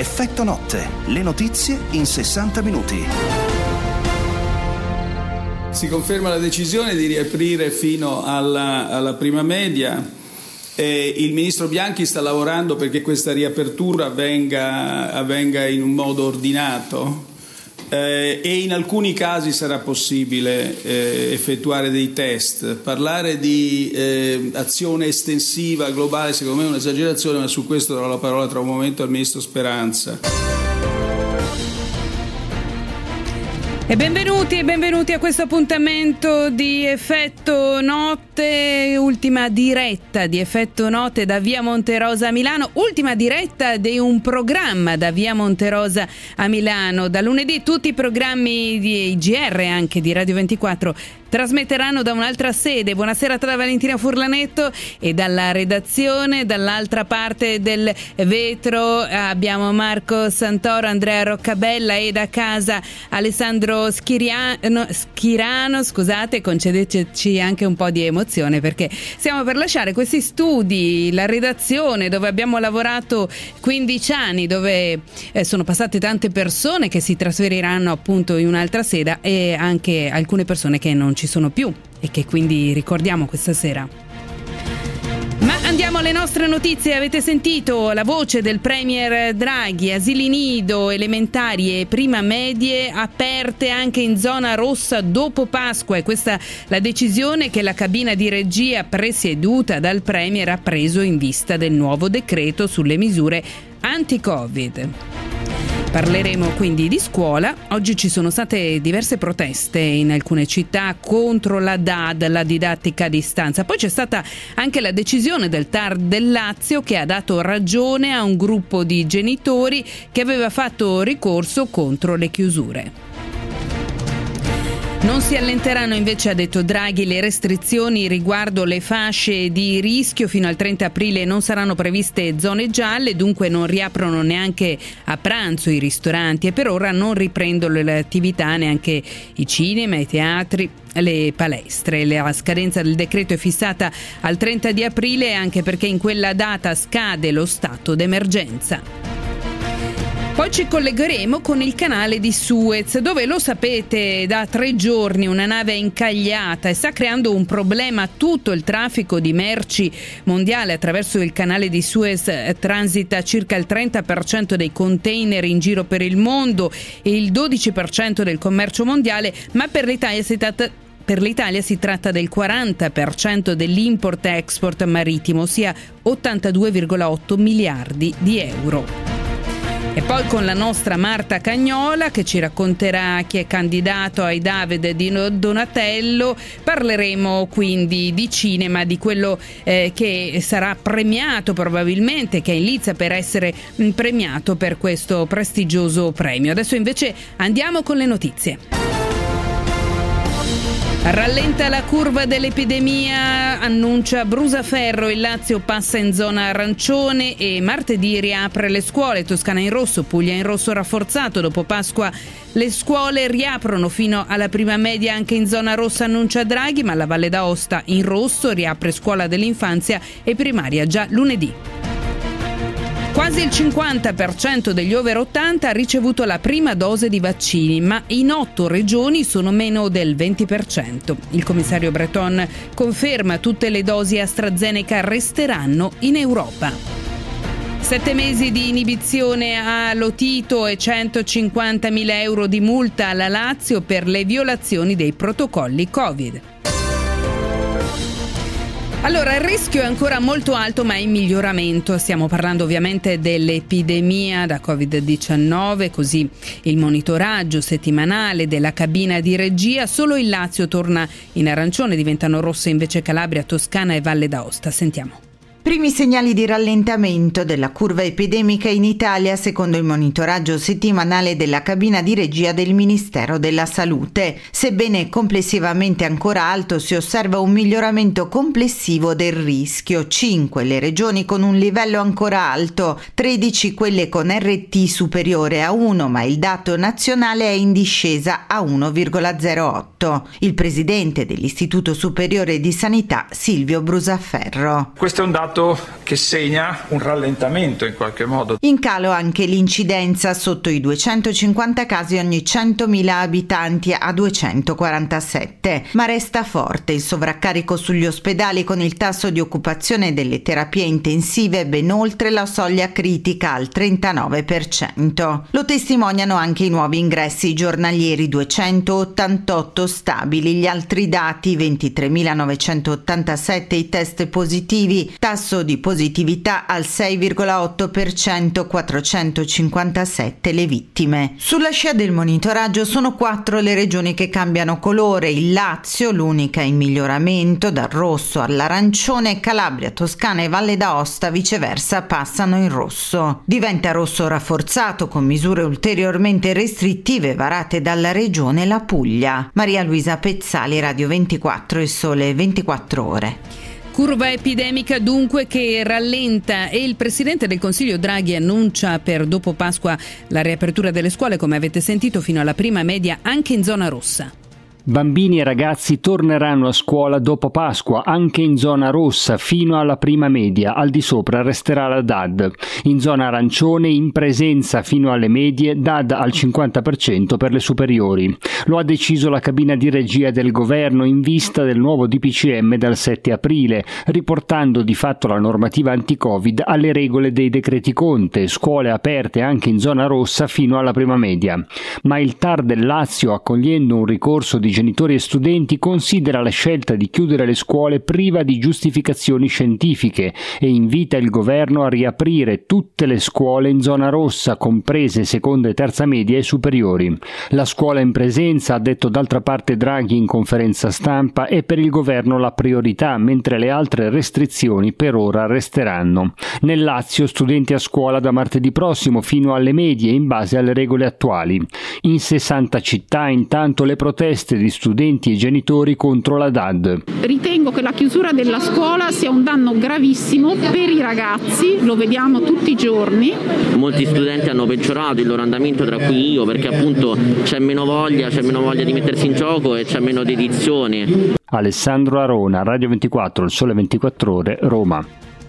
Effetto notte, le notizie in 60 minuti. Si conferma la decisione di riaprire fino alla prima media. Il ministro Bianchi sta lavorando perché questa riapertura avvenga in un modo ordinato e in alcuni casi sarà possibile effettuare dei test. Parlare di azione estensiva globale secondo me è un'esagerazione, ma su questo darò la parola tra un momento al ministro Speranza. E benvenuti a questo appuntamento di Effetto Notte, ultima diretta di Effetto Notte da Via Monterosa a Milano, ultima diretta di un programma da Via Monterosa a Milano. Da lunedì tutti i programmi di GR, anche di Radio 24, trasmetteranno da un'altra sede. Buonasera da Valentina Furlanetto e dalla redazione, dall'altra parte del vetro abbiamo Marco Santoro, Andrea Roccabella e da casa Alessandro Schirano, scusate, concedeteci anche un po' di emozione perché stiamo per lasciare questi studi, la redazione dove abbiamo lavorato 15 anni, dove sono passate tante persone che si trasferiranno appunto in un'altra sede e anche alcune persone che non ci sono più e che quindi ricordiamo questa sera. Ma andiamo alle nostre notizie. Avete sentito la voce del Premier Draghi, asili nido, elementari e prima medie aperte anche in zona rossa dopo Pasqua, e questa la decisione che la cabina di regia presieduta dal Premier ha preso in vista del nuovo decreto sulle misure anti-Covid. Parleremo quindi di scuola. Oggi ci sono state diverse proteste in alcune città contro la DAD, la didattica a distanza. Poi c'è stata anche la decisione del TAR del Lazio che ha dato ragione a un gruppo di genitori che aveva fatto ricorso contro le chiusure. Non si allenteranno invece, ha detto Draghi, le restrizioni riguardo le fasce di rischio. Fino al 30 aprile non saranno previste zone gialle, dunque non riaprono neanche a pranzo i ristoranti e per ora non riprendono le attività neanche i cinema, i teatri, le palestre. La scadenza del decreto è fissata al 30 di aprile anche perché in quella data scade lo stato d'emergenza. Poi ci collegheremo con il canale di Suez, dove, lo sapete, da 3 giorni una nave è incagliata e sta creando un problema a tutto il traffico di merci mondiale. Attraverso il canale di Suez transita circa il 30% dei container in giro per il mondo e il 12% del commercio mondiale, ma per l'Italia si tratta del 40% dell'import-export marittimo, ossia 82,8 miliardi di euro. E poi con la nostra Marta Cagnola che ci racconterà chi è candidato ai David di Donatello. Parleremo quindi di cinema, di quello che sarà premiato probabilmente, che è in lizza per essere premiato per questo prestigioso premio. Adesso invece andiamo con le notizie. Rallenta la curva dell'epidemia, annuncia Brusaferro, il Lazio passa in zona arancione e martedì riapre le scuole. Toscana in rosso, Puglia in rosso rafforzato. Dopo Pasqua le scuole riaprono fino alla prima media anche in zona rossa, annuncia Draghi, ma la Valle d'Aosta in rosso riapre scuola dell'infanzia e primaria già lunedì. Quasi il 50% degli over 80 ha ricevuto la prima dose di vaccini, ma in 8 regioni sono meno del 20%. Il commissario Breton conferma tutte le dosi AstraZeneca resteranno in Europa. 7 mesi di inibizione a Lotito e 150.000 euro di multa alla Lazio per le violazioni dei protocolli Covid. Allora, il rischio è ancora molto alto ma è in miglioramento. Stiamo parlando ovviamente dell'epidemia da Covid-19, così il monitoraggio settimanale della cabina di regia. Solo il Lazio torna in arancione, diventano rosse invece Calabria, Toscana e Valle d'Aosta. Sentiamo. Primi segnali di rallentamento della curva epidemica in Italia secondo il monitoraggio settimanale della cabina di regia del Ministero della Salute. Sebbene complessivamente ancora alto, si osserva un miglioramento complessivo del rischio. 5 le regioni con un livello ancora alto, 13 quelle con RT superiore a 1, ma il dato nazionale è in discesa a 1,08. Il presidente dell'Istituto Superiore di Sanità, Silvio Brusaferro. Questo è un dato dato che segna un rallentamento in qualche modo. In calo anche l'incidenza, sotto i 250 casi ogni 100.000 abitanti a 247, ma resta forte il sovraccarico sugli ospedali, con il tasso di occupazione delle terapie intensive ben oltre la soglia critica al 39%. Lo testimoniano anche i nuovi ingressi giornalieri, 288 stabili, gli altri dati 23.987 i test positivi, tasso di positività al 6,8%, 457 le vittime. Sulla scia del monitoraggio sono 4 le regioni che cambiano colore: il Lazio, l'unica in miglioramento, dal rosso all'arancione, Calabria, Toscana e Valle d'Aosta viceversa passano in rosso. Diventa rosso rafforzato con misure ulteriormente restrittive varate dalla regione la Puglia. Maria Luisa Pezzali, Radio 24 e Sole 24 Ore. Curva epidemica dunque che rallenta, e il Presidente del Consiglio Draghi annuncia per dopo Pasqua la riapertura delle scuole, come avete sentito, fino alla prima media anche in zona rossa. Bambini e ragazzi torneranno a scuola dopo Pasqua, anche in zona rossa fino alla prima media, al di sopra resterà la DAD. In zona arancione in presenza fino alle medie, DAD al 50% per le superiori. Lo ha deciso la cabina di regia del governo in vista del nuovo DPCM dal 7 aprile, riportando di fatto la normativa anti-Covid alle regole dei decreti Conte, scuole aperte anche in zona rossa fino alla prima media. Ma il TAR del Lazio, accogliendo un ricorso di genitori e studenti, considera la scelta di chiudere le scuole priva di giustificazioni scientifiche e invita il governo a riaprire tutte le scuole in zona rossa, comprese seconda e terza media e superiori. La scuola in presenza, ha detto d'altra parte Draghi in conferenza stampa, è per il governo la priorità, mentre le altre restrizioni per ora resteranno. Nel Lazio, studenti a scuola da martedì prossimo fino alle medie in base alle regole attuali. In 60 città intanto le proteste di studenti e genitori contro la DAD. Ritengo che la chiusura della scuola sia un danno gravissimo per i ragazzi, lo vediamo tutti i giorni. Molti studenti hanno peggiorato il loro andamento, tra cui io, perché appunto c'è meno voglia di mettersi in gioco e c'è meno dedizione. Alessandro Arona, Radio 24, Il Sole 24 Ore, Roma.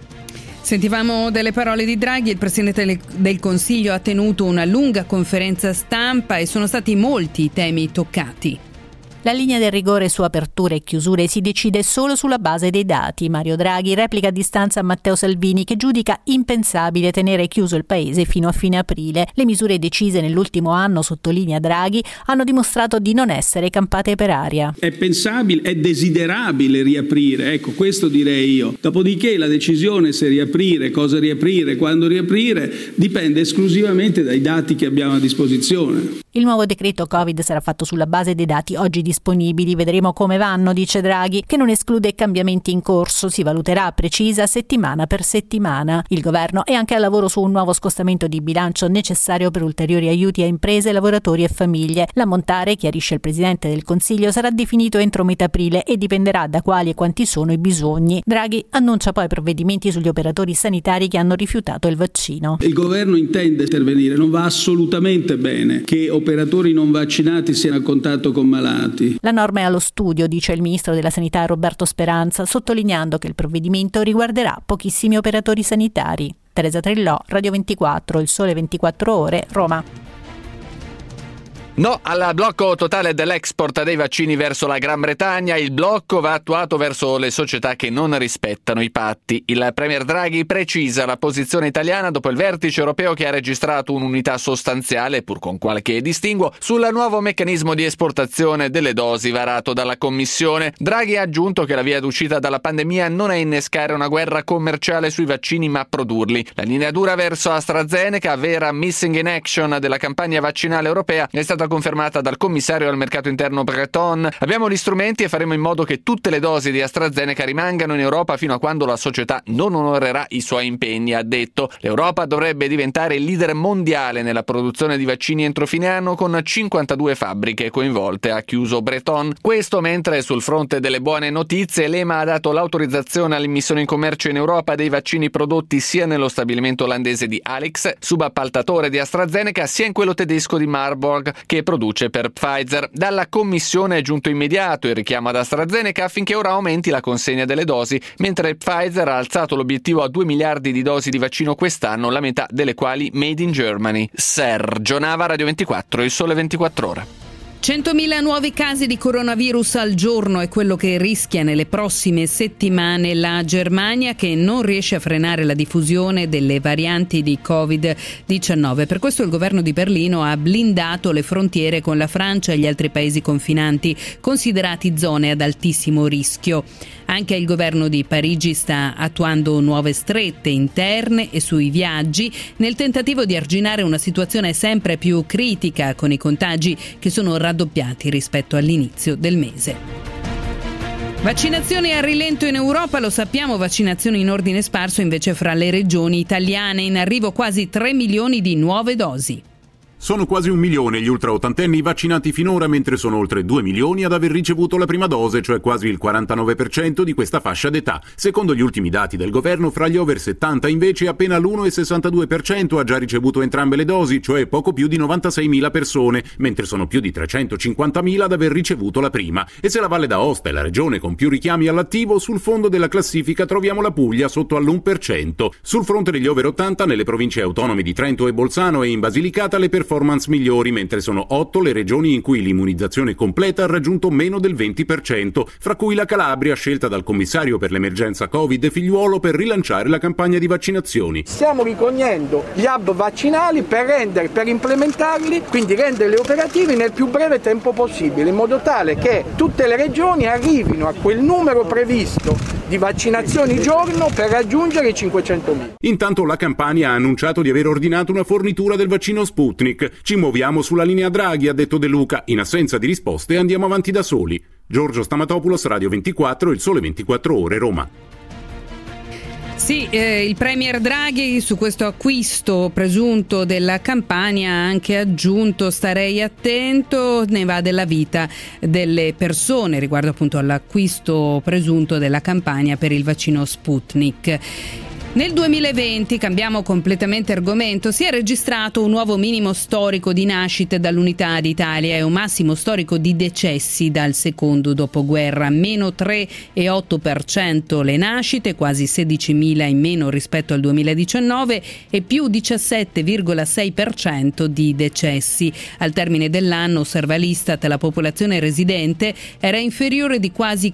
Sentivamo delle parole di Draghi. Il Presidente del Consiglio ha tenuto una lunga conferenza stampa e sono stati molti i temi toccati. La linea del rigore su aperture e chiusure si decide solo sulla base dei dati. Mario Draghi replica a distanza a Matteo Salvini, che giudica impensabile tenere chiuso il paese fino a fine aprile. Le misure decise nell'ultimo anno, sottolinea Draghi, hanno dimostrato di non essere campate per aria. È pensabile, è desiderabile riaprire, ecco, questo direi io. Dopodiché la decisione se riaprire, cosa riaprire, quando riaprire, dipende esclusivamente dai dati che abbiamo a disposizione. Il nuovo decreto Covid sarà fatto sulla base dei dati oggi disponibili. Vedremo come vanno, dice Draghi, che non esclude cambiamenti in corso. Si valuterà, precisa, settimana per settimana. Il governo è anche al lavoro su un nuovo scostamento di bilancio necessario per ulteriori aiuti a imprese, lavoratori e famiglie. L'ammontare, chiarisce il Presidente del Consiglio, sarà definito entro metà aprile e dipenderà da quali e quanti sono i bisogni. Draghi annuncia poi provvedimenti sugli operatori sanitari che hanno rifiutato il vaccino. Il governo intende intervenire, non va assolutamente bene che operatori non vaccinati siano a contatto con malati. La norma è allo studio, dice il ministro della Sanità Roberto Speranza, sottolineando che il provvedimento riguarderà pochissimi operatori sanitari. Teresa Trillò, Radio 24, Il Sole 24 Ore, Roma. No al blocco totale dell'export dei vaccini verso la Gran Bretagna. Il blocco va attuato verso le società che non rispettano i patti. Il premier Draghi precisa la posizione italiana dopo il vertice europeo, che ha registrato un'unità sostanziale, pur con qualche distinguo, sul nuovo meccanismo di esportazione delle dosi varato dalla Commissione. Draghi ha aggiunto che la via d'uscita dalla pandemia non è innescare una guerra commerciale sui vaccini, ma produrli. La linea dura verso AstraZeneca, vera missing in action della campagna vaccinale europea, è stata confermata dal commissario al mercato interno Breton. Abbiamo gli strumenti e faremo in modo che tutte le dosi di AstraZeneca rimangano in Europa fino a quando la società non onorerà i suoi impegni, ha detto. L'Europa dovrebbe diventare il leader mondiale nella produzione di vaccini entro fine anno, con 52 fabbriche coinvolte, ha chiuso Breton. Questo mentre sul fronte delle buone notizie l'EMA ha dato l'autorizzazione all'immissione in commercio in Europa dei vaccini prodotti sia nello stabilimento olandese di Alex, subappaltatore di AstraZeneca, sia in quello tedesco di Marburg, che che produce per Pfizer. Dalla commissione è giunto immediato il richiamo ad AstraZeneca affinché ora aumenti la consegna delle dosi, mentre Pfizer ha alzato l'obiettivo a 2 miliardi di dosi di vaccino quest'anno, la metà delle quali made in Germany. Sergio Nava, Radio 24, Il Sole 24 Ore. 100.000 nuovi casi di coronavirus al giorno è quello che rischia nelle prossime settimane la Germania, che non riesce a frenare la diffusione delle varianti di Covid-19. Per questo il governo di Berlino ha blindato le frontiere con la Francia e gli altri paesi confinanti, considerati zone ad altissimo rischio. Anche il governo di Parigi sta attuando nuove strette interne e sui viaggi nel tentativo di arginare una situazione sempre più critica, con i contagi che sono raddoppiati rispetto all'inizio del mese. Vaccinazioni a rilento in Europa, lo sappiamo, vaccinazioni in ordine sparso invece fra le regioni italiane, in arrivo quasi 3 milioni di nuove dosi. Sono quasi 1 milione gli ultraottantenni vaccinati finora, mentre sono oltre 2 milioni ad aver ricevuto la prima dose, cioè quasi il 49% di questa fascia d'età. Secondo gli ultimi dati del governo, fra gli over 70 invece appena l'1,62% ha già ricevuto entrambe le dosi, cioè poco più di 96.000 persone, mentre sono più di 350.000 ad aver ricevuto la prima. E se la Valle d'Aosta è la regione con più richiami all'attivo, sul fondo della classifica troviamo la Puglia sotto all'1%. Sul fronte degli over 80, nelle province autonome di Trento e Bolzano e in Basilicata le performance migliori, mentre sono 8 le regioni in cui l'immunizzazione completa ha raggiunto meno del 20%, fra cui la Calabria, scelta dal commissario per l'emergenza Covid Figliuolo per rilanciare la campagna di vaccinazioni. Stiamo ricogliendo gli hub vaccinali per implementarli, quindi renderli operativi nel più breve tempo possibile, in modo tale che tutte le regioni arrivino a quel numero previsto di vaccinazioni giorno per raggiungere i 500.000. Intanto la Campania ha annunciato di aver ordinato una fornitura del vaccino Sputnik. Ci muoviamo sulla linea Draghi, ha detto De Luca. In assenza di risposte andiamo avanti da soli. Giorgio Stamatopoulos, Radio 24, Il Sole 24 Ore, Roma. Sì, il premier Draghi su questo acquisto presunto della Campania ha anche aggiunto: starei attento, ne va della vita delle persone, riguardo appunto all'acquisto presunto della Campania per il vaccino Sputnik. Nel 2020, cambiamo completamente argomento, si è registrato un nuovo minimo storico di nascite dall'Unità d'Italia e un massimo storico di decessi dal secondo dopoguerra, meno 3,8% le nascite, quasi 16.000 in meno rispetto al 2019 e più 17,6% di decessi. Al termine dell'anno, osserva l'Istat, la popolazione residente era inferiore di quasi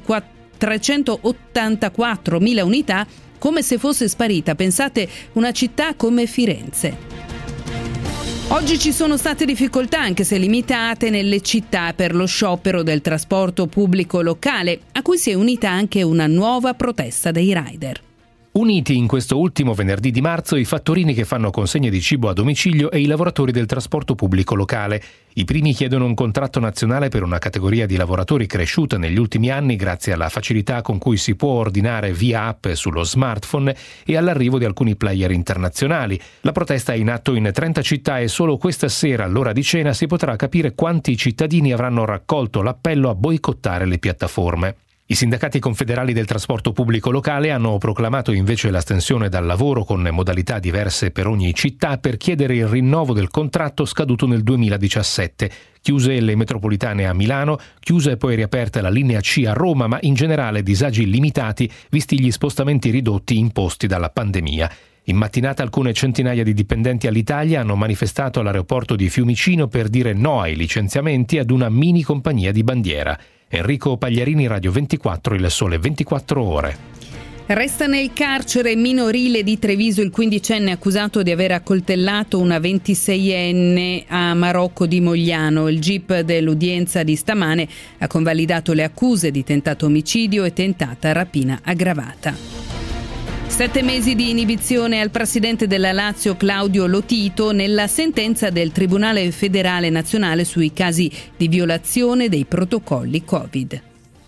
384.000 unità, come se fosse sparita, pensate, una città come Firenze. Oggi ci sono state difficoltà, anche se limitate, nelle città per lo sciopero del trasporto pubblico locale, a cui si è unita anche una nuova protesta dei rider. Uniti in questo ultimo venerdì di marzo i fattorini che fanno consegne di cibo a domicilio e i lavoratori del trasporto pubblico locale. I primi chiedono un contratto nazionale per una categoria di lavoratori cresciuta negli ultimi anni grazie alla facilità con cui si può ordinare via app sullo smartphone e all'arrivo di alcuni player internazionali. La protesta è in atto in 30 città e solo questa sera all'ora di cena si potrà capire quanti cittadini avranno raccolto l'appello a boicottare le piattaforme. I sindacati confederali del trasporto pubblico locale hanno proclamato invece l'astensione dal lavoro con modalità diverse per ogni città per chiedere il rinnovo del contratto scaduto nel 2017. Chiuse le metropolitane a Milano, chiusa e poi riaperta la linea C a Roma, ma in generale disagi limitati visti gli spostamenti ridotti imposti dalla pandemia. In mattinata alcune centinaia di dipendenti all'Italia hanno manifestato all'aeroporto di Fiumicino per dire no ai licenziamenti ad una mini compagnia di bandiera. Enrico Pagliarini, Radio 24, Il Sole 24 Ore. Resta nel carcere minorile di Treviso il 15enne accusato di aver accoltellato una 26enne a Marocco di Mogliano. Il GIP dell'udienza di stamane ha convalidato le accuse di tentato omicidio e tentata rapina aggravata. 7 mesi di inibizione al presidente della Lazio Claudio Lotito nella sentenza del Tribunale Federale Nazionale sui casi di violazione dei protocolli Covid.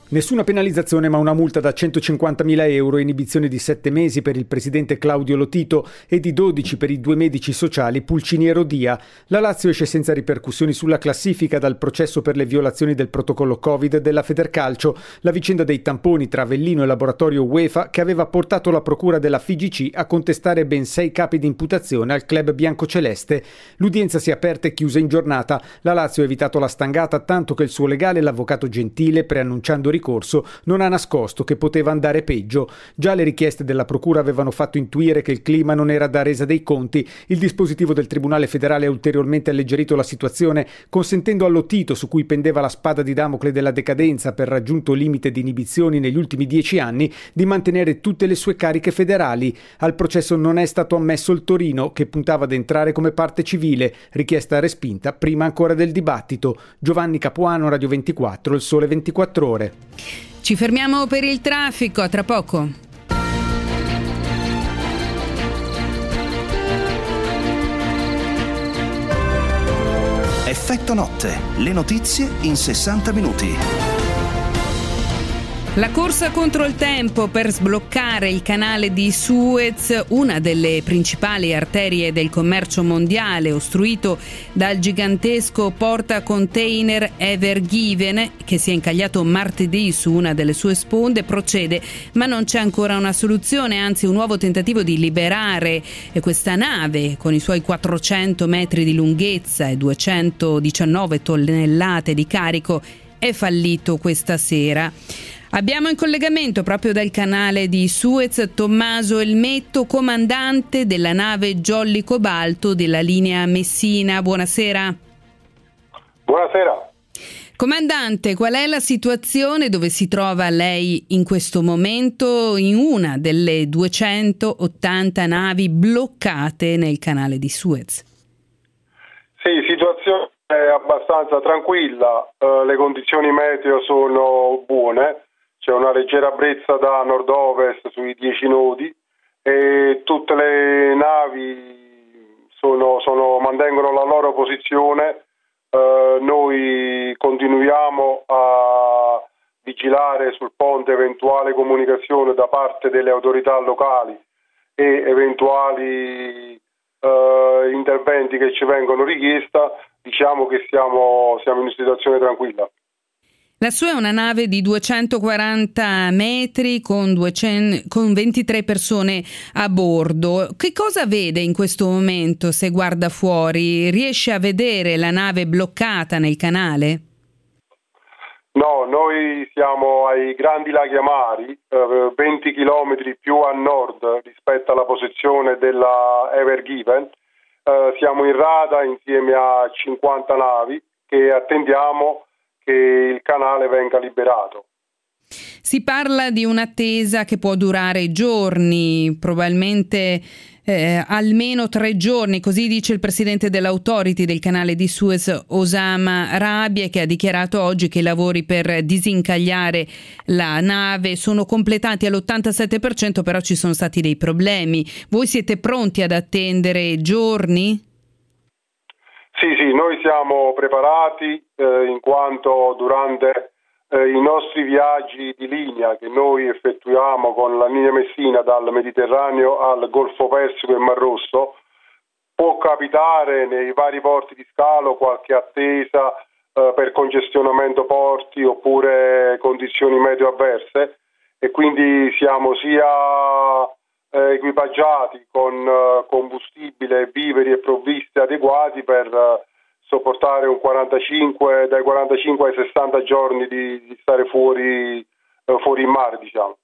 Nessuna penalizzazione ma una multa da 150.000 euro e inibizione di 7 mesi per il presidente Claudio Lotito e di 12 per i 2 medici sociali Pulcini e Rodia. La Lazio esce senza ripercussioni sulla classifica dal processo per le violazioni del protocollo Covid della Federcalcio, la vicenda dei tamponi tra Avellino e laboratorio UEFA che aveva portato la procura della FIGC a contestare ben 6 capi di imputazione al club biancoceleste. L'udienza si è aperta e chiusa in giornata. La Lazio ha evitato la stangata tanto che il suo legale, l'avvocato Gentile, preannunciando ricorso, non ha nascosto che poteva andare peggio. Già le richieste della procura avevano fatto intuire che il clima non era da resa dei conti. Il dispositivo del Tribunale federale ha ulteriormente alleggerito la situazione, consentendo a Lotito, su cui pendeva la spada di Damocle della decadenza per raggiunto limite di inibizioni negli ultimi 10 anni, di mantenere tutte le sue cariche federali. Al processo non è stato ammesso il Torino, che puntava ad entrare come parte civile, richiesta respinta prima ancora del dibattito. Giovanni Capuano, Radio 24, Il Sole 24 Ore. Ci fermiamo per il traffico, a tra poco. Effetto notte, le notizie in 60 minuti. La corsa contro il tempo per sbloccare il canale di Suez, una delle principali arterie del commercio mondiale, ostruito dal gigantesco portacontainer Ever Given, che si è incagliato martedì su una delle sue sponde, procede, ma non c'è ancora una soluzione, anzi un nuovo tentativo di liberare questa nave con i suoi 400 metri di lunghezza e 219 tonnellate di carico è fallito questa sera. Abbiamo in collegamento proprio dal canale di Suez Tommaso Elmetto, comandante della nave Jolly Cobalto della linea Messina. Buonasera. Buonasera. Comandante, qual è la situazione dove si trova lei in questo momento in una delle 280 navi bloccate nel canale di Suez? Sì, situazione abbastanza tranquilla, le condizioni meteo sono buone. C'è una leggera brezza da nord-ovest sui 10 nodi e tutte le navi mantengono la loro posizione. Noi continuiamo a vigilare sul ponte eventuale comunicazione da parte delle autorità locali e eventuali interventi che ci vengono richiesti. Diciamo che siamo in una situazione tranquilla. La sua è una nave di 240 metri con 23 persone a bordo. Che cosa vede in questo momento se guarda fuori? Riesce a vedere la nave bloccata nel canale? No, noi siamo ai Grandi Laghi Amari, 20 chilometri più a nord rispetto alla posizione della Ever Given. Siamo in rada insieme a 50 navi che attendiamo che il canale venga liberato. Si parla di un'attesa che può durare giorni, probabilmente almeno 3 giorni, così dice il presidente dell'Authority del canale di Suez, Osama Rabie, che ha dichiarato oggi che i lavori per disincagliare la nave sono completati all'87%, però ci sono stati dei problemi. Voi siete pronti ad attendere giorni? Sì, noi siamo preparati in quanto durante i nostri viaggi di linea che noi effettuiamo con la linea Messina dal Mediterraneo al Golfo Persico e Mar Rosso, può capitare nei vari porti di scalo qualche attesa per congestionamento porti oppure condizioni meteo avverse e quindi siamo sia equipaggiati con combustibile, viveri e provviste adeguati per sopportare dai 45 ai 60 giorni di stare fuori in mare, diciamo.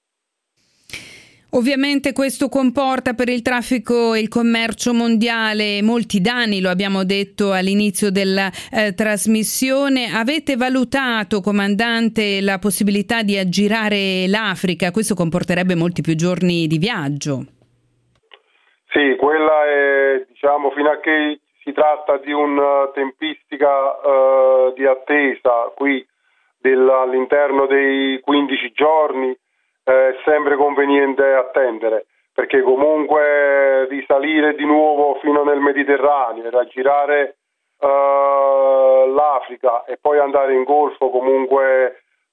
Ovviamente questo comporta per il traffico e il commercio mondiale molti danni, lo abbiamo detto all'inizio della trasmissione. Avete valutato, comandante, la possibilità di aggirare l'Africa? Questo comporterebbe molti più giorni di viaggio. Sì, quella è, diciamo, fino a che si tratta di una tempistica di attesa qui all'interno dei 15 giorni, è sempre conveniente attendere, perché comunque risalire di nuovo fino nel Mediterraneo e raggirare l'Africa e poi andare in Golfo comunque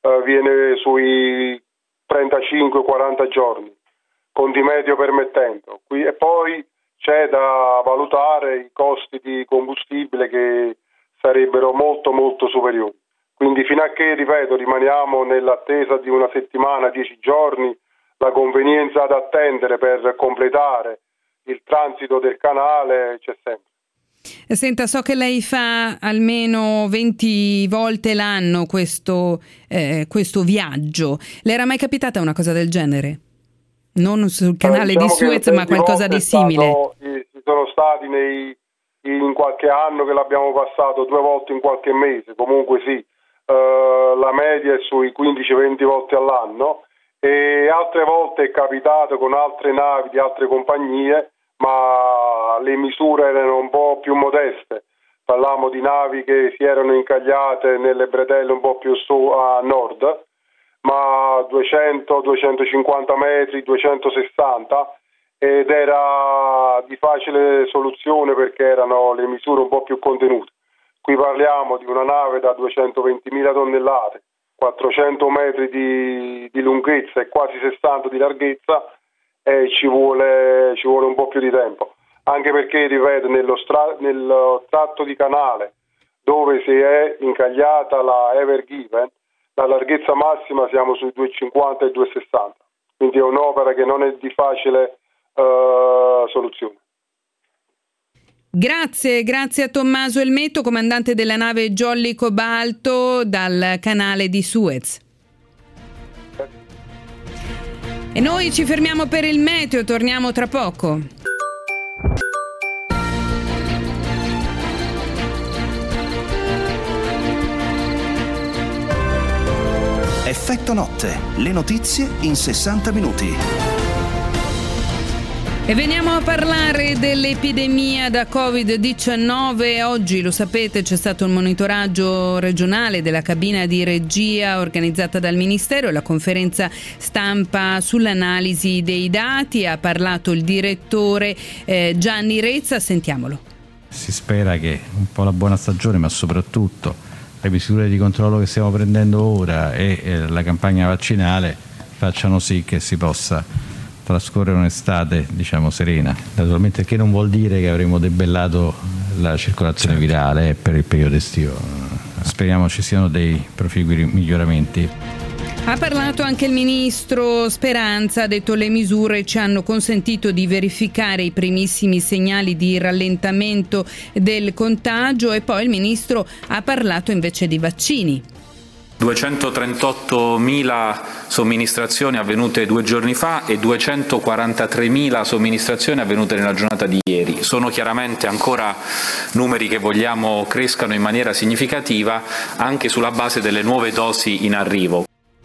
viene sui 35-40 giorni, con di medio permettendo. E poi c'è da valutare i costi di combustibile che sarebbero molto molto superiori. Quindi fino a che, ripeto, rimaniamo nell'attesa di una settimana, 10 giorni, la convenienza ad attendere per completare il transito del canale c'è sempre. Senta, so che lei fa almeno 20 volte l'anno questo viaggio. Le era mai capitata una cosa del genere? Non sul canale di Suez, ma qualcosa di simile? Ci sono stati in qualche anno che l'abbiamo passato 2 volte in qualche mese, comunque sì, la media è sui 15-20 volte all'anno, e altre volte è capitato con altre navi di altre compagnie, ma le misure erano un po' più modeste. Parliamo di navi che si erano incagliate nelle bretelle un po' più su a nord, ma 200-250 metri, 260, ed era di facile soluzione perché erano le misure un po' più contenute. Qui parliamo di una nave da 220.000 tonnellate, 400 metri di lunghezza e quasi 60 di larghezza, e ci vuole un po' più di tempo, anche perché, ripeto, nel tratto di canale dove si è incagliata la Ever Given, la larghezza massima siamo sui 250 e 260, quindi è un'opera che non è di facile soluzione. Grazie a Tommaso Elmetto, comandante della nave Jolly Cobalto dal canale di Suez. E noi ci fermiamo per il meteo, torniamo tra poco. Effetto notte, le notizie in 60 minuti. E veniamo a parlare dell'epidemia da Covid-19. Oggi, lo sapete, c'è stato un monitoraggio regionale della cabina di regia organizzata dal Ministero e la conferenza stampa sull'analisi dei dati. Ha parlato il direttore Gianni Rezza, sentiamolo. Si spera che un po' la buona stagione, ma soprattutto le misure di controllo che stiamo prendendo ora e la campagna vaccinale facciano sì che si possa trascorrere un'estate, diciamo, serena. Naturalmente, che non vuol dire che avremo debellato la circolazione virale per il periodo estivo. Speriamo ci siano dei proficui miglioramenti. Ha parlato anche il ministro Speranza, ha detto le misure ci hanno consentito di verificare i primissimi segnali di rallentamento del contagio, e poi il ministro ha parlato invece di vaccini. 238.000 somministrazioni avvenute 2 giorni fa e 243.000 somministrazioni avvenute nella giornata di ieri. Sono chiaramente ancora numeri che vogliamo crescano in maniera significativa anche sulla base delle nuove dosi in arrivo.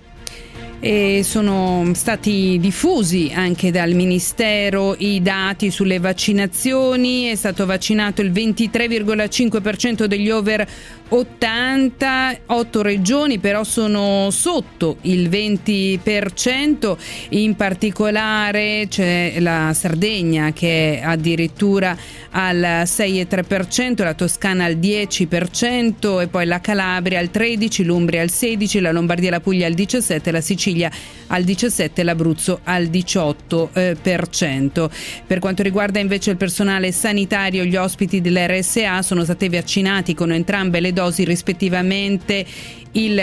E sono stati diffusi anche dal Ministero i dati sulle vaccinazioni. È stato vaccinato il 23,5% degli over 80, 8 regioni però sono sotto il 20%, in particolare c'è la Sardegna che è addirittura al 6,3%, la Toscana al 10% e poi la Calabria al 13%, l'Umbria al 16%, la Lombardia e la Puglia al 17%, la Sicilia al 17% e l'Abruzzo al 18%. Per quanto riguarda invece il personale sanitario, gli ospiti dell'RSA sono stati vaccinati con entrambe le dosi rispettivamente il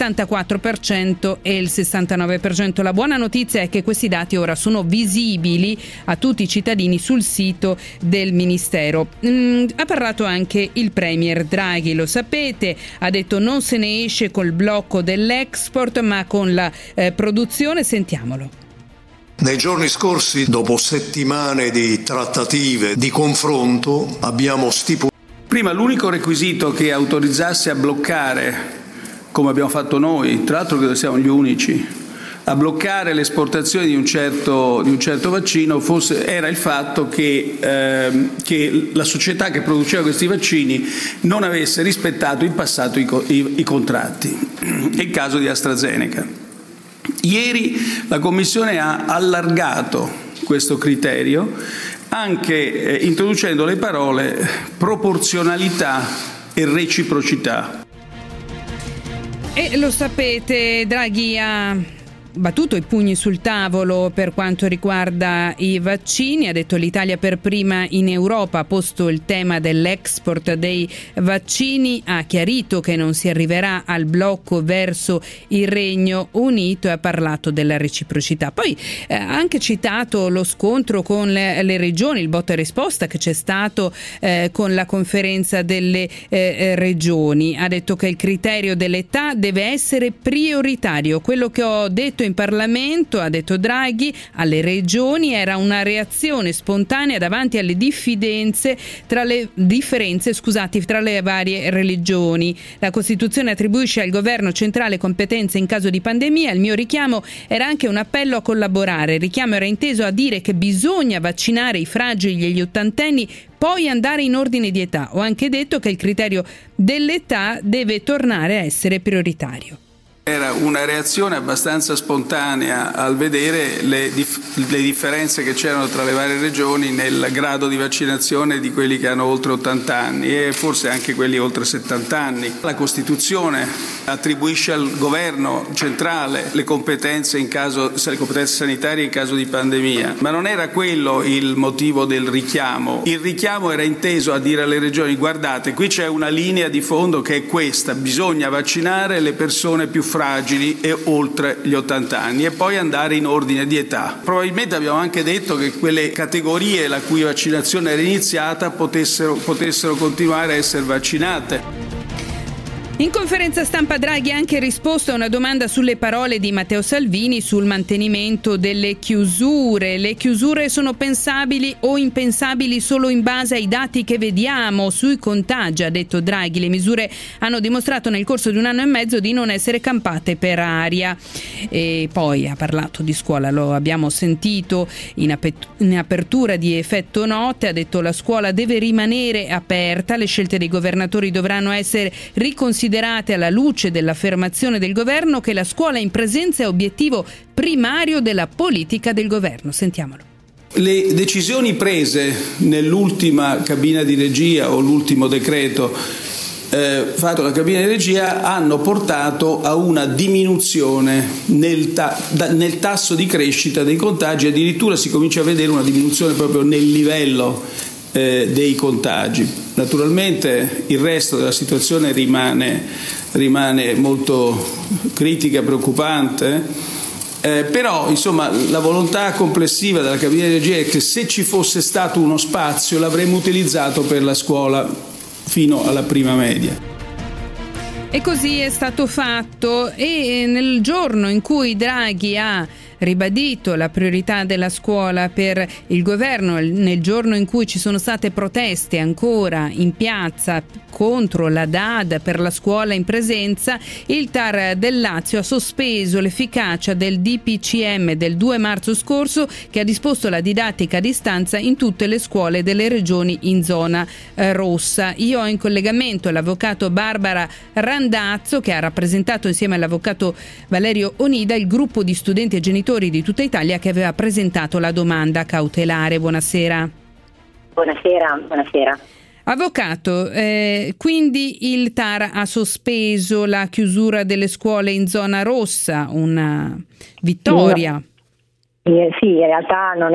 74% e il 69%. La buona notizia è che questi dati ora sono visibili a tutti i cittadini sul sito del Ministero. Ha parlato anche il Premier Draghi, lo sapete, ha detto non se ne esce col blocco dell'export ma con la produzione. Sentiamolo. Nei giorni scorsi, dopo settimane di trattative, di confronto, abbiamo stipulato. Prima l'unico requisito che autorizzasse a bloccare, come abbiamo fatto noi, tra l'altro credo siamo gli unici, a bloccare l'esportazione di un certo vaccino era il fatto che la società che produceva questi vaccini non avesse rispettato in passato i contratti. È il caso di AstraZeneca. Ieri la Commissione ha allargato questo criterio anche introducendo le parole proporzionalità e reciprocità. E lo sapete, Draghi ha battuto i pugni sul tavolo per quanto riguarda i vaccini. Ha detto: l'Italia per prima in Europa ha posto il tema dell'export dei vaccini, ha chiarito che non si arriverà al blocco verso il Regno Unito e ha parlato della reciprocità. Poi ha anche citato lo scontro con le regioni, il botta e risposta che c'è stato con la conferenza delle regioni. Ha detto che il criterio dell'età deve essere prioritario. Quello che ho detto in Parlamento, ha detto Draghi, alle regioni era una reazione spontanea davanti alle differenze tra le varie religioni. La Costituzione attribuisce al governo centrale competenze in caso di pandemia. Il mio richiamo era anche un appello a collaborare. Il richiamo era inteso a dire che bisogna vaccinare i fragili e gli ottantenni, poi andare in ordine di età. Ho anche detto che il criterio dell'età deve tornare a essere prioritario. Era una reazione abbastanza spontanea al vedere le differenze che c'erano tra le varie regioni nel grado di vaccinazione di quelli che hanno oltre 80 anni e forse anche quelli oltre 70 anni. La Costituzione attribuisce al governo centrale le competenze sanitarie in caso di pandemia, ma non era quello il motivo del richiamo. Il richiamo era inteso a dire alle regioni: guardate, qui c'è una linea di fondo che è questa, bisogna vaccinare le persone più fragili e oltre gli 80 anni e poi andare in ordine di età. Probabilmente abbiamo anche detto che quelle categorie la cui vaccinazione era iniziata potessero continuare a essere vaccinate. In conferenza stampa Draghi ha anche risposto a una domanda sulle parole di Matteo Salvini sul mantenimento delle chiusure. Le chiusure sono pensabili o impensabili solo in base ai dati che vediamo sui contagi, ha detto Draghi. Le misure hanno dimostrato nel corso di un anno e mezzo di non essere campate per aria. E poi ha parlato di scuola, lo abbiamo sentito in apertura di Effetto Notte. Ha detto: la scuola deve rimanere aperta, le scelte dei governatori dovranno essere riconsiderate alla luce dell'affermazione del governo che la scuola in presenza è obiettivo primario della politica del governo. Sentiamolo. Le decisioni prese nell'ultima cabina di regia o l'ultimo decreto fatto dalla cabina di regia hanno portato a una diminuzione nel tasso di crescita dei contagi. Addirittura si comincia a vedere una diminuzione proprio nel livello dei contagi. Naturalmente il resto della situazione rimane molto critica, preoccupante, però insomma la volontà complessiva della cabina di regia è che se ci fosse stato uno spazio l'avremmo utilizzato per la scuola fino alla prima media. E così è stato fatto, e nel giorno in cui Draghi ha ribadito la priorità della scuola per il governo, nel giorno in cui ci sono state proteste ancora in piazza contro la DAD per la scuola in presenza, il TAR del Lazio ha sospeso l'efficacia del DPCM del 2 marzo scorso che ha disposto la didattica a distanza in tutte le scuole delle regioni in zona rossa. Io ho in collegamento l'avvocato Barbara Randazzo, che ha rappresentato insieme all'avvocato Valerio Onida il gruppo di studenti e genitori di tutta Italia che aveva presentato la domanda cautelare. Buonasera. Buonasera. Avvocato, quindi il TAR ha sospeso la chiusura delle scuole in zona rossa, una vittoria? Sì, in realtà non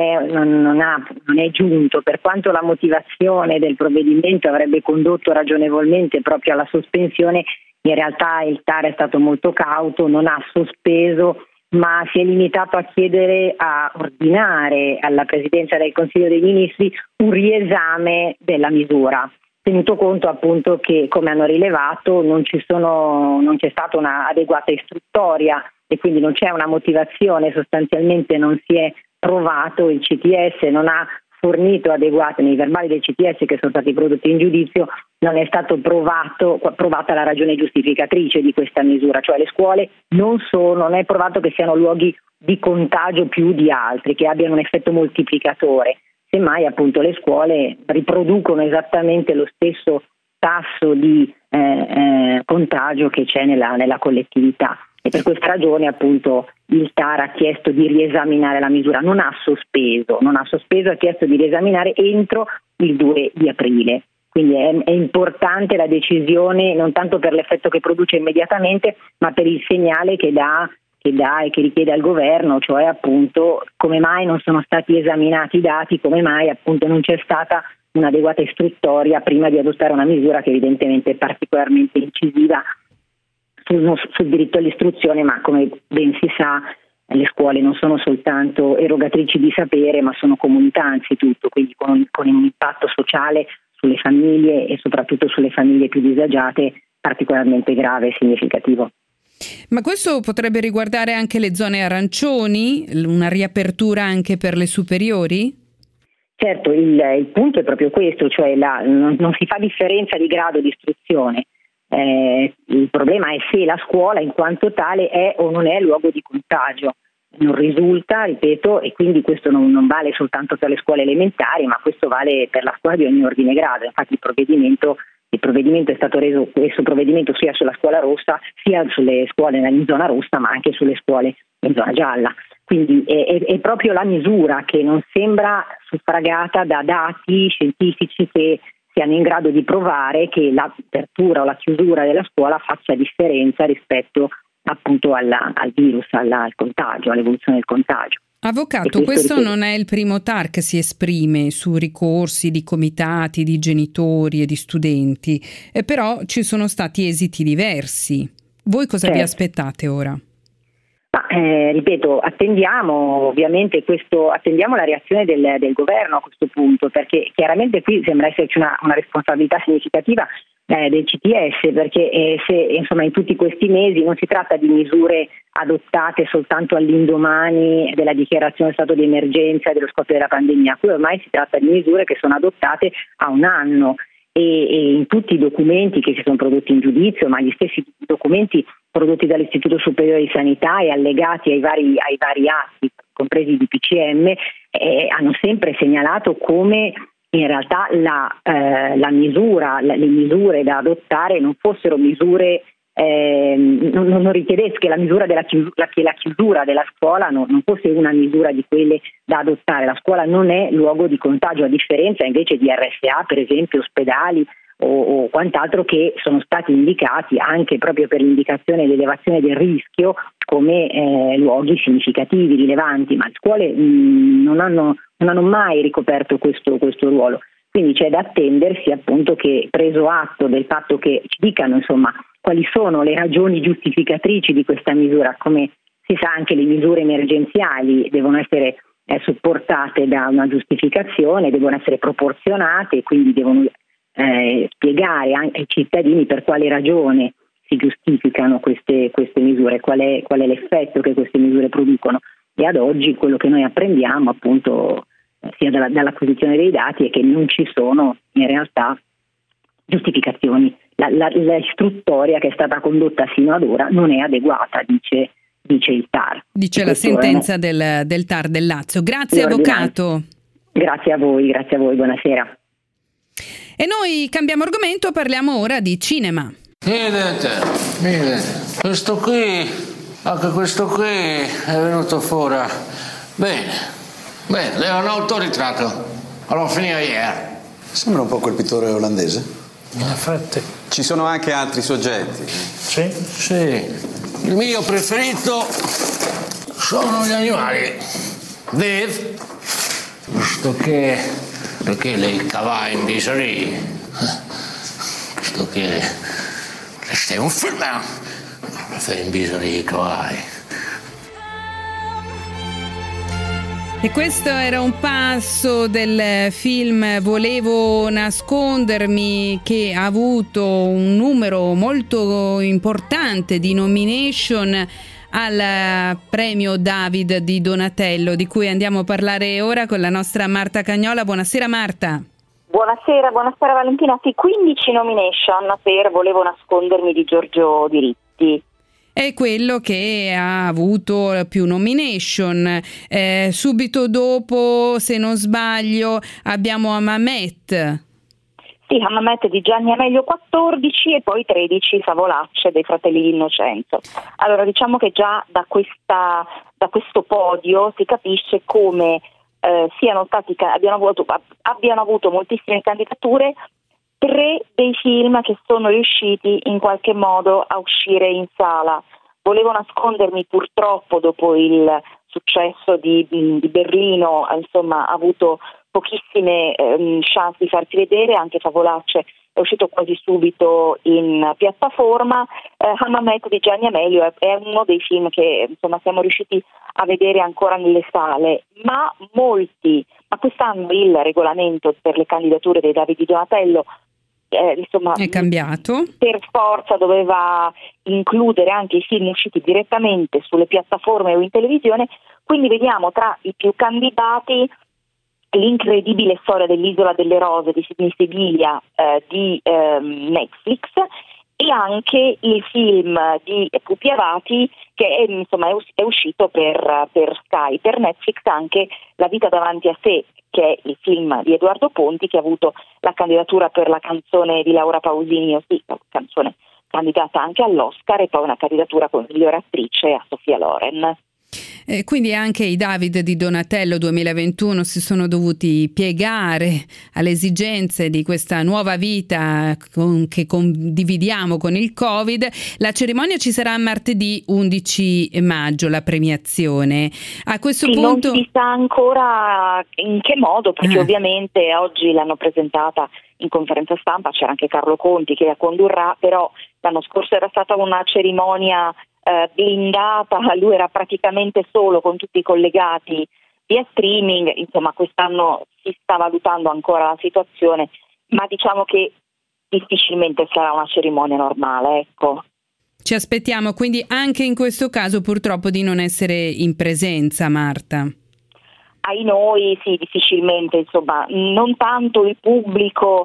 è giunto, per quanto la motivazione del provvedimento avrebbe condotto ragionevolmente proprio alla sospensione. In realtà il TAR è stato molto cauto, non ha sospeso, ma si è limitato a chiedere, a ordinare alla Presidenza del Consiglio dei Ministri un riesame della misura, tenuto conto appunto che, come hanno rilevato, non c'è stata una adeguata istruttoria e quindi non c'è una motivazione, sostanzialmente non si è provato, il CTS non ha fornito adeguate, nei verbali del CTS che sono stati prodotti in giudizio non è stato provata la ragione giustificatrice di questa misura, cioè le scuole non è provato che siano luoghi di contagio più di altri, che abbiano un effetto moltiplicatore. Semmai appunto le scuole riproducono esattamente lo stesso tasso di contagio che c'è nella collettività. E per questa ragione appunto il TAR ha chiesto di riesaminare la misura, non ha sospeso, ha chiesto di riesaminare entro il 2 di aprile. Quindi è importante la decisione, non tanto per l'effetto che produce immediatamente, ma per il segnale che dà e che richiede al governo, cioè appunto come mai non sono stati esaminati i dati, come mai appunto non c'è stata un'adeguata istruttoria prima di adottare una misura che evidentemente è particolarmente incisiva sul diritto all'istruzione, ma come ben si sa le scuole non sono soltanto erogatrici di sapere, ma sono comunità anzitutto, quindi con un impatto sociale sulle famiglie e soprattutto sulle famiglie più disagiate particolarmente grave e significativo. Ma questo potrebbe riguardare anche le zone arancioni, una riapertura anche per le superiori? Certo, il punto è proprio questo, cioè non si fa differenza di grado di istruzione. Il problema è se la scuola in quanto tale è o non è luogo di contagio. Non risulta, ripeto, e quindi questo non vale soltanto per le scuole elementari, ma questo vale per la scuola di ogni ordine e grado. Infatti il provvedimento è stato reso questo provvedimento sia sulla scuola rossa, sia sulle scuole in zona rossa, ma anche sulle scuole in zona gialla. Quindi è proprio la misura che non sembra suffragata da dati scientifici che siano in grado di provare che l'apertura o la chiusura della scuola faccia differenza rispetto appunto al virus, al contagio, all'evoluzione del contagio. Avvocato, questo non è il primo TAR che si esprime su ricorsi di comitati, di genitori e di studenti, però ci sono stati esiti diversi. Voi cosa vi aspettate ora? Ripeto, attendiamo la reazione del governo a questo punto, perché chiaramente qui sembra esserci una responsabilità significativa del CTS, perché se insomma in tutti questi mesi non si tratta di misure adottate soltanto all'indomani della dichiarazione dello stato di emergenza e dello scoppio della pandemia, qui ormai si tratta di misure che sono adottate a un anno e in tutti i documenti che si sono prodotti in giudizio, ma gli stessi documenti prodotti dall'Istituto Superiore di Sanità e allegati ai vari atti, compresi di DPCM, hanno sempre segnalato come in realtà le misure da adottare non fossero misure, non richiedesse che la misura la chiusura della scuola non fosse una misura di quelle da adottare. La scuola non è luogo di contagio, a differenza invece di RSA, per esempio ospedali o quant'altro, che sono stati indicati anche proprio per l'indicazione e l'elevazione del rischio come luoghi significativi, rilevanti, ma le scuole non hanno mai ricoperto questo ruolo. Quindi c'è da attendersi appunto che, preso atto del fatto che ci dicano insomma quali sono le ragioni giustificatrici di questa misura. Come si sa, anche le misure emergenziali devono essere supportate da una giustificazione, devono essere proporzionate e quindi devono spiegare ai cittadini per quale ragione si giustificano queste misure, qual è l'effetto che queste misure producono. E ad oggi quello che noi apprendiamo appunto sia dall'acquisizione dei dati è che non ci sono in realtà giustificazioni. L'istruttoria che è stata condotta fino ad ora non è adeguata, dice il TAR. Dice la sentenza del TAR del Lazio. Grazie avvocato. Grazie a voi, buonasera. E noi cambiamo argomento, parliamo ora di cinema. Vedete, questo qui, anche questo qui è venuto fuori. Bene, è un autoritratto. L'ho finito ieri. Sembra un po' quel pittore olandese. In effetti. Ci sono anche altri soggetti. Sì. Il mio preferito sono gli animali. Dave, visto che perché lei cava in bisogni, visto che sei un film, fai in bisogni di cavalli. E questo era un passo del film Volevo nascondermi, che ha avuto un numero molto importante di nomination al premio David di Donatello, di cui andiamo a parlare ora con la nostra Marta Cagnola. Buonasera Marta. Buonasera Valentina. Sì, 15 nomination per Volevo nascondermi di Giorgio Diritti. È quello che ha avuto più nomination. Subito dopo, se non sbaglio, abbiamo Hammamet. Sì, Hammamet di Gianni Amelio 14 e poi 13 Favolacce dei Fratelli d'Innocenza. Allora, diciamo che già da questo podio si capisce come abbiano avuto moltissime candidature 3 dei film che sono riusciti in qualche modo a uscire in sala. Volevo nascondermi, purtroppo dopo il successo di Berlino, insomma, ha avuto pochissime chance di farsi vedere. Anche Favolacce è uscito quasi subito in piattaforma. Hammamet di Gianni Amelio è uno dei film che, insomma, siamo riusciti a vedere ancora nelle sale, ma quest'anno il regolamento per le candidature dei David di Donatello insomma, è cambiato. Per forza doveva includere anche i film usciti direttamente sulle piattaforme o in televisione, quindi vediamo tra i più candidati L'incredibile storia dell'Isola delle Rose di Sidney Sigiglia di Netflix, e anche il film di Pupi Avati che è uscito per Sky. Per Netflix anche La vita davanti a sé, che è il film di Edoardo Ponti, che ha avuto la candidatura per la canzone di Laura Pausini, la canzone candidata anche all'Oscar, e poi una candidatura come migliore attrice a Sofia Loren. Quindi anche i David di Donatello 2021 si sono dovuti piegare alle esigenze di questa nuova vita che condividiamo con il Covid. La cerimonia ci sarà martedì 11 maggio, la premiazione. A questo punto non si sa ancora in che modo, perché ovviamente oggi l'hanno presentata in conferenza stampa, c'era anche Carlo Conti che la condurrà, però l'anno scorso era stata una cerimonia blindata, lui era praticamente solo con tutti i collegati via streaming. Insomma, quest'anno si sta valutando ancora la situazione, ma diciamo che difficilmente sarà una cerimonia normale, ecco. Ci aspettiamo quindi anche in questo caso purtroppo di non essere in presenza, Marta. Ai noi sì, difficilmente, insomma, non tanto il pubblico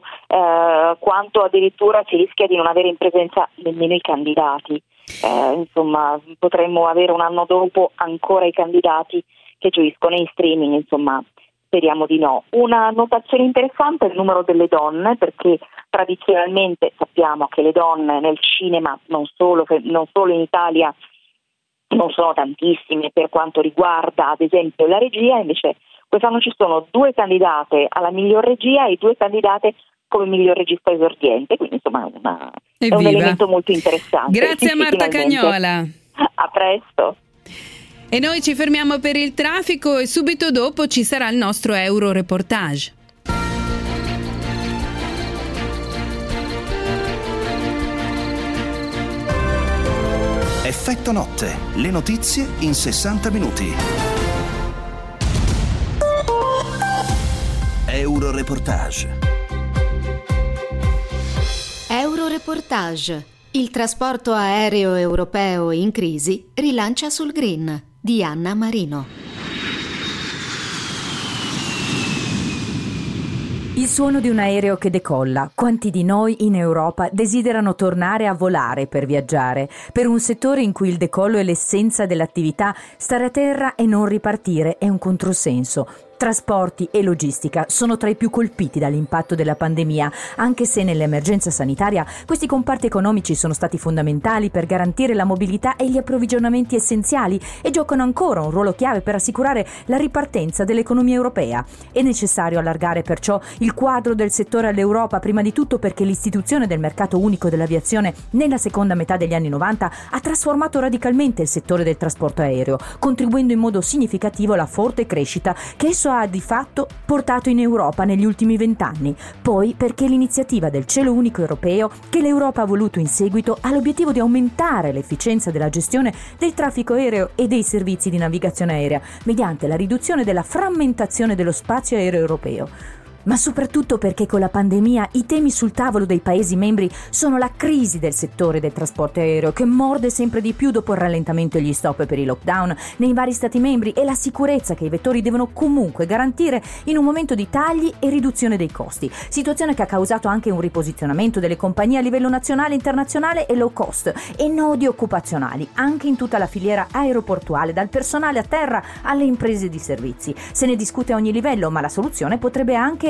quanto addirittura si rischia di non avere in presenza nemmeno i candidati. Insomma, potremmo avere un anno dopo ancora i candidati che gioiscono in streaming, insomma, speriamo di no. Una notazione interessante è il numero delle donne, perché tradizionalmente sappiamo che le donne nel cinema, non solo in Italia, non sono tantissime per quanto riguarda ad esempio la regia. Invece quest'anno ci sono 2 candidate alla miglior regia e 2 candidate come miglior regista esordiente, quindi insomma è un elemento molto interessante. Grazie a Marta Cagnola. A presto. E noi ci fermiamo per il traffico e subito dopo ci sarà il nostro Euro Reportage. Effetto notte, le notizie in 60 minuti. Euro Reportage. Euroreportage. Il trasporto aereo europeo in crisi rilancia sul green di Anna Marino. Il suono di un aereo che decolla. Quanti di noi in Europa desiderano tornare a volare per viaggiare? Per un settore in cui il decollo è l'essenza dell'attività, stare a terra e non ripartire è un controsenso. Trasporti e logistica sono tra i più colpiti dall'impatto della pandemia, anche se nell'emergenza sanitaria questi comparti economici sono stati fondamentali per garantire la mobilità e gli approvvigionamenti essenziali e giocano ancora un ruolo chiave per assicurare la ripartenza dell'economia europea. È necessario allargare perciò il quadro del settore all'Europa, prima di tutto perché l'istituzione del mercato unico dell'aviazione nella seconda metà degli anni 90 ha trasformato radicalmente il settore del trasporto aereo, contribuendo in modo significativo alla forte crescita che esso ha di fatto portato in Europa negli ultimi 20 anni. Poi perché l'iniziativa del cielo unico europeo che l'Europa ha voluto in seguito ha l'obiettivo di aumentare l'efficienza della gestione del traffico aereo e dei servizi di navigazione aerea mediante la riduzione della frammentazione dello spazio aereo europeo. Ma soprattutto perché con la pandemia i temi sul tavolo dei Paesi membri sono la crisi del settore del trasporto aereo, che morde sempre di più dopo il rallentamento e gli stop per i lockdown nei vari Stati membri, e la sicurezza che i vettori devono comunque garantire in un momento di tagli e riduzione dei costi. Situazione che ha causato anche un riposizionamento delle compagnie a livello nazionale, internazionale e low cost, e nodi occupazionali anche in tutta la filiera aeroportuale, dal personale a terra alle imprese di servizi. Se ne discute a ogni livello, ma la soluzione potrebbe anche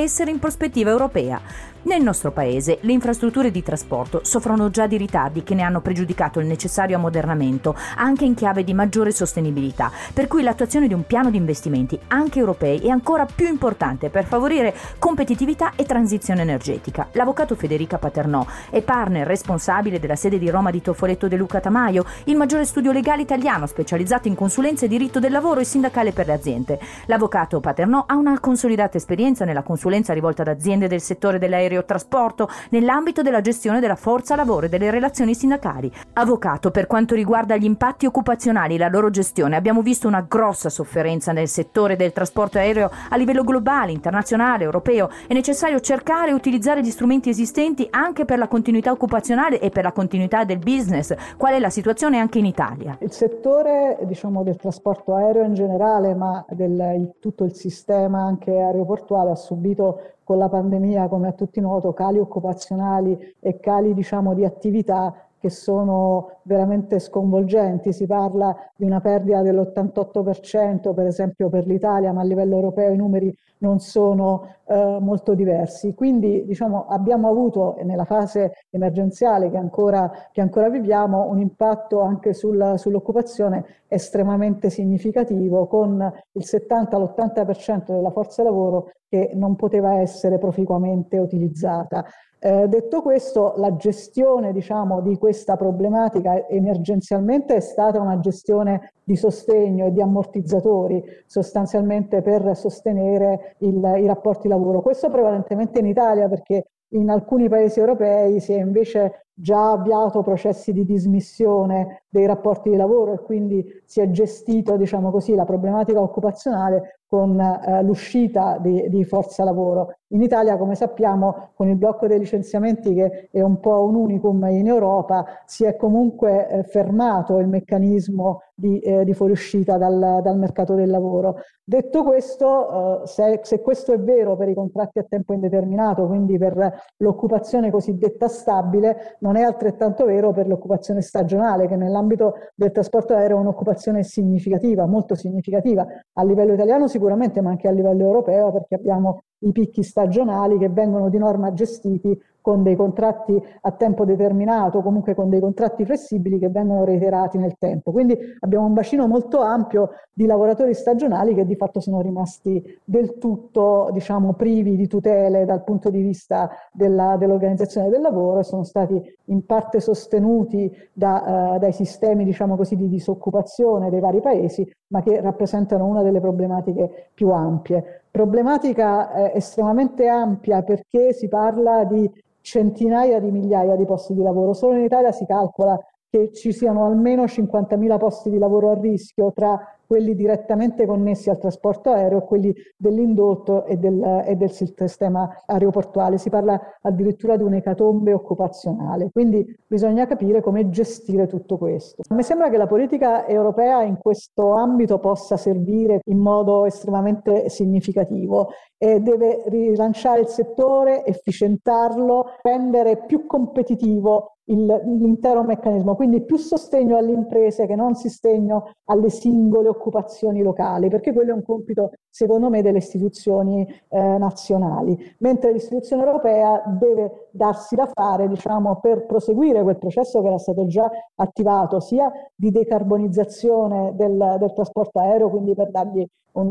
essere in prospettiva europea. Nel nostro paese le infrastrutture di trasporto soffrono già di ritardi che ne hanno pregiudicato il necessario ammodernamento, anche in chiave di maggiore sostenibilità, per cui l'attuazione di un piano di investimenti anche europei è ancora più importante per favorire competitività e transizione energetica. L'avvocato Federica Paternò è partner responsabile della sede di Roma di Toffoletto De Luca Tamaio, il maggiore studio legale italiano specializzato in consulenza e diritto del lavoro e sindacale per le aziende. L'avvocato Paternò ha una consolidata esperienza nella consulenza rivolta ad aziende del settore dell'aerotrasporto nell'ambito della gestione della forza lavoro e delle relazioni sindacali. Avvocato, per quanto riguarda gli impatti occupazionali e la loro gestione, abbiamo visto una grossa sofferenza nel settore del trasporto aereo a livello globale, internazionale, europeo. È necessario cercare e utilizzare gli strumenti esistenti anche per la continuità occupazionale e per la continuità del business. Qual è la situazione anche in Italia? Il settore, del trasporto aereo in generale, ma tutto il sistema anche aeroportuale ha subito con la pandemia, come a tutti noto, cali occupazionali e cali di attività che sono veramente sconvolgenti. Si parla di una perdita dell'88% per esempio per l'Italia, ma a livello europeo i numeri non sono molto diversi. Quindi abbiamo avuto nella fase emergenziale che ancora viviamo un impatto anche sull'occupazione estremamente significativo, con il 70-80% della forza lavoro che non poteva essere proficuamente utilizzata. Detto questo, la gestione di questa problematica emergenzialmente è stata una gestione di sostegno e di ammortizzatori, sostanzialmente per sostenere i rapporti lavoro. Questo prevalentemente in Italia, perché in alcuni paesi europei si è invece già avviato processi di dismissione dei rapporti di lavoro e quindi si è gestito la problematica occupazionale con l'uscita di forza lavoro. In Italia, come sappiamo, con il blocco dei licenziamenti, che è un po' un unicum in Europa, si è comunque fermato il meccanismo di fuoriuscita dal mercato del lavoro. Detto questo, se questo è vero per i contratti a tempo indeterminato, quindi per l'occupazione cosiddetta stabile, non è altrettanto vero per l'occupazione stagionale, che nell'ambito del trasporto aereo è un'occupazione significativa, molto significativa, a livello italiano sicuramente, ma anche a livello europeo, perché abbiamo i picchi stagionali che vengono di norma gestiti con dei contratti a tempo determinato, comunque con dei contratti flessibili che vengono reiterati nel tempo. Quindi abbiamo un bacino molto ampio di lavoratori stagionali che di fatto sono rimasti del tutto, privi di tutele dal punto di vista dell'organizzazione del lavoro e sono stati in parte sostenuti dai sistemi, di disoccupazione dei vari paesi, ma che rappresentano una delle problematiche più ampie. Problematica estremamente ampia, perché si parla di centinaia di migliaia di posti di lavoro. Solo in Italia si calcola che ci siano almeno 50.000 posti di lavoro a rischio, tra quelli direttamente connessi al trasporto aereo e quelli dell'indotto e del sistema aeroportuale. Si parla addirittura di un'ecatombe occupazionale, quindi bisogna capire come gestire tutto questo. A me sembra che la politica europea in questo ambito possa servire in modo estremamente significativo e deve rilanciare il settore, efficientarlo, rendere più competitivo l'intero meccanismo, quindi più sostegno alle imprese che non sostegno alle singole occupazioni locali, perché quello è un compito secondo me delle istituzioni nazionali, mentre l'istituzione europea deve darsi da fare per proseguire quel processo che era stato già attivato, sia di decarbonizzazione del trasporto aereo, quindi per dargli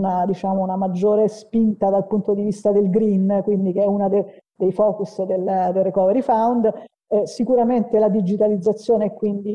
una maggiore spinta dal punto di vista del green, quindi che è uno dei focus del Recovery Fund. Sicuramente la digitalizzazione e quindi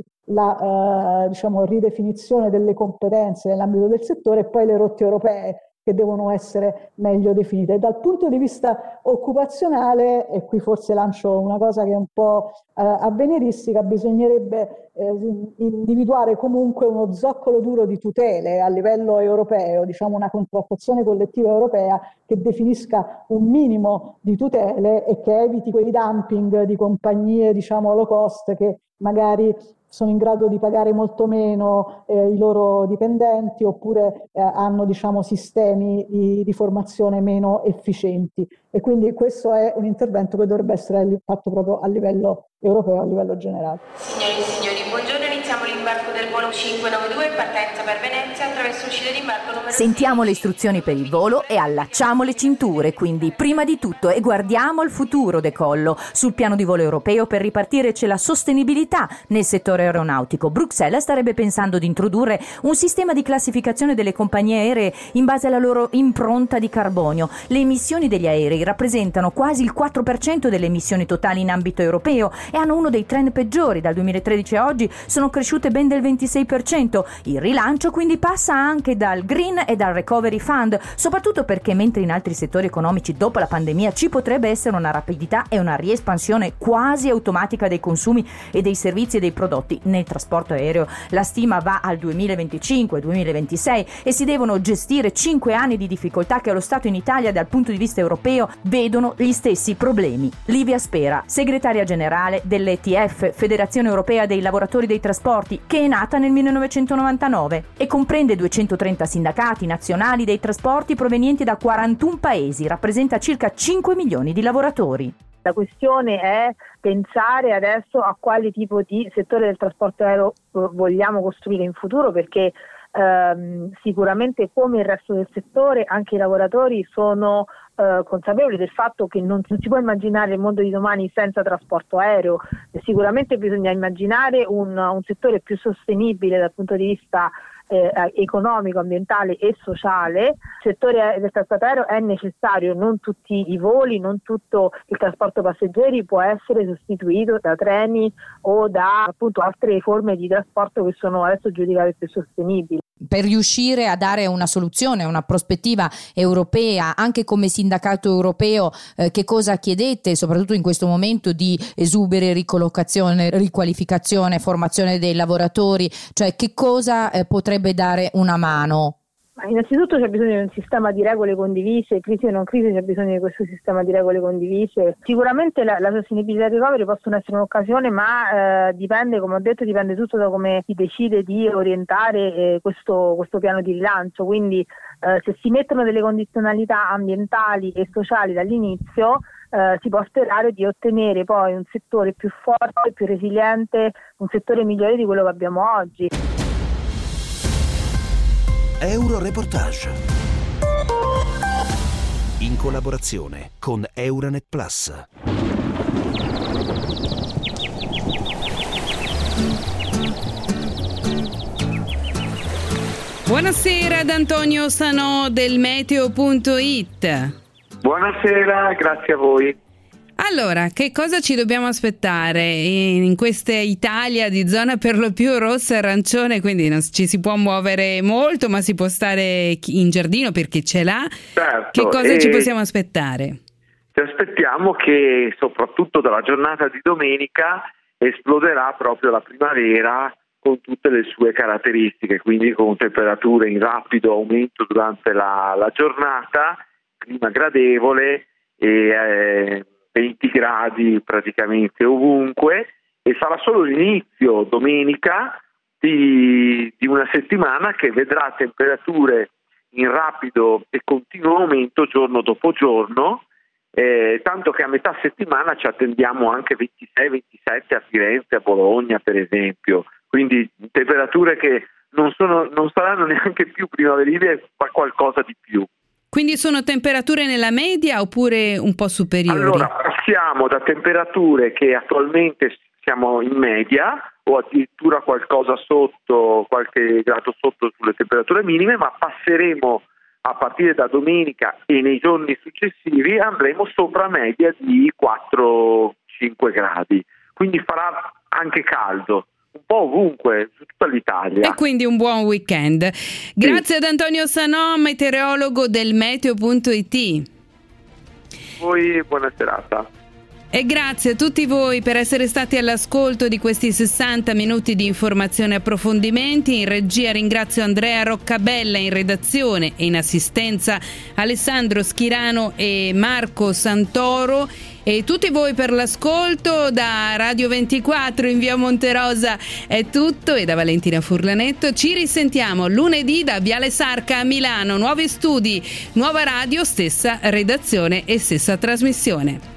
la ridefinizione delle competenze nell'ambito del settore, e poi le rotte europee che devono essere meglio definite. Dal punto di vista occupazionale, e qui forse lancio una cosa che è un po' avveniristica, bisognerebbe individuare comunque uno zoccolo duro di tutele a livello europeo, una contrattazione collettiva europea che definisca un minimo di tutele e che eviti quei dumping di compagnie low cost che magari sono in grado di pagare molto meno i loro dipendenti, oppure hanno sistemi di formazione meno efficienti, e quindi questo è un intervento che dovrebbe essere fatto proprio a livello europeo, a livello generale. Signore e signori, buongiorno, iniziamo l'imbarco del volo 592, partenza per Venezia attraverso uscita di imbarco numero 6. Sentiamo le istruzioni per il volo e allacciamo le cinture, quindi prima di tutto, e guardiamo al futuro decollo. Sul piano di volo europeo per ripartire c'è la sostenibilità nel settore aeronautico. Bruxelles starebbe pensando di introdurre un sistema di classificazione delle compagnie aeree in base alla loro impronta di carbonio. Le emissioni degli aerei rappresentano quasi il 4% delle emissioni totali in ambito europeo e hanno uno dei trend peggiori. Dal 2013 a oggi sono cresciute ben del 26%. Il rilancio quindi passa anche dal Green e dal Recovery Fund, soprattutto perché mentre in altri settori economici dopo la pandemia ci potrebbe essere una rapidità e una riespansione quasi automatica dei consumi e dei servizi e dei prodotti, nel trasporto aereo la stima va al 2025-2026 e si devono gestire 5 anni di difficoltà che allo Stato in Italia dal punto di vista europeo vedono gli stessi problemi. Livia Spera, segretaria generale dell'ETF, Federazione Europea dei Lavoratori dei Trasporti, che è nata nel 1999 e comprende 230 sindacati nazionali dei trasporti provenienti da 41 paesi, rappresenta circa 5 milioni di lavoratori. La questione è pensare adesso a quale tipo di settore del trasporto aereo vogliamo costruire in futuro, perché sicuramente come il resto del settore anche i lavoratori sono consapevoli del fatto che non si può immaginare il mondo di domani senza trasporto aereo. Sicuramente bisogna immaginare un settore più sostenibile dal punto di vista economico, ambientale e sociale. Il settore del trasporto aereo è necessario, non tutti i voli, non tutto il trasporto passeggeri può essere sostituito da treni o da appunto altre forme di trasporto che sono adesso giudicate più sostenibili. Per riuscire a dare una soluzione, una prospettiva europea, anche come sindacato europeo, che cosa chiedete, soprattutto in questo momento di esubere, ricollocazione, riqualificazione, formazione dei lavoratori, cioè che cosa potrebbe dare una mano? Innanzitutto c'è bisogno di un sistema di regole condivise, crisi o non crisi c'è bisogno di questo sistema di regole condivise. Sicuramente la sostenibilità e il recovery possono essere un'occasione, ma dipende, come ho detto, dipende tutto da come si decide di orientare questo piano di rilancio. Quindi se si mettono delle condizionalità ambientali e sociali dall'inizio, si può sperare di ottenere poi un settore più forte, più resiliente, un settore migliore di quello che abbiamo oggi. Euroreportage, in collaborazione con Euranet Plus. Buonasera ad Antonio Sanò del Meteo.it. Buonasera, grazie a voi. Allora, che cosa ci dobbiamo aspettare in questa Italia di zona per lo più rossa e arancione, quindi non ci si può muovere molto, ma si può stare in giardino per chi ce l'ha. Certo, che cosa ci possiamo aspettare? Ci aspettiamo che soprattutto dalla giornata di domenica esploderà proprio la primavera con tutte le sue caratteristiche, quindi con temperature in rapido aumento durante la giornata, clima gradevole e 20 gradi praticamente ovunque, e sarà solo l'inizio domenica di una settimana che vedrà temperature in rapido e continuo aumento giorno dopo giorno, tanto che a metà settimana ci attendiamo anche 26-27 a Firenze, a Bologna per esempio, quindi temperature che non saranno neanche più primaverili, ma qualcosa di più. Quindi sono temperature nella media oppure un po' superiori? Allora, passiamo da temperature che attualmente siamo in media o addirittura qualcosa sotto, qualche grado sotto sulle temperature minime, ma passeremo a partire da domenica e nei giorni successivi andremo sopra media di 4-5 gradi. Quindi farà anche caldo. Un po' ovunque, su tutta l'Italia. E quindi un buon weekend. Grazie ad Antonio Sanò, meteorologo del Meteo.it. Voi buona serata. E grazie a tutti voi per essere stati all'ascolto di questi 60 minuti di informazione e approfondimenti. In regia ringrazio Andrea Roccabella, in redazione e in assistenza Alessandro Schirano e Marco Santoro. E tutti voi per l'ascolto. Da Radio 24 in via Monterosa è tutto, e da Valentina Furlanetto ci risentiamo lunedì da Viale Sarca a Milano. Nuovi studi, nuova radio, stessa redazione e stessa trasmissione.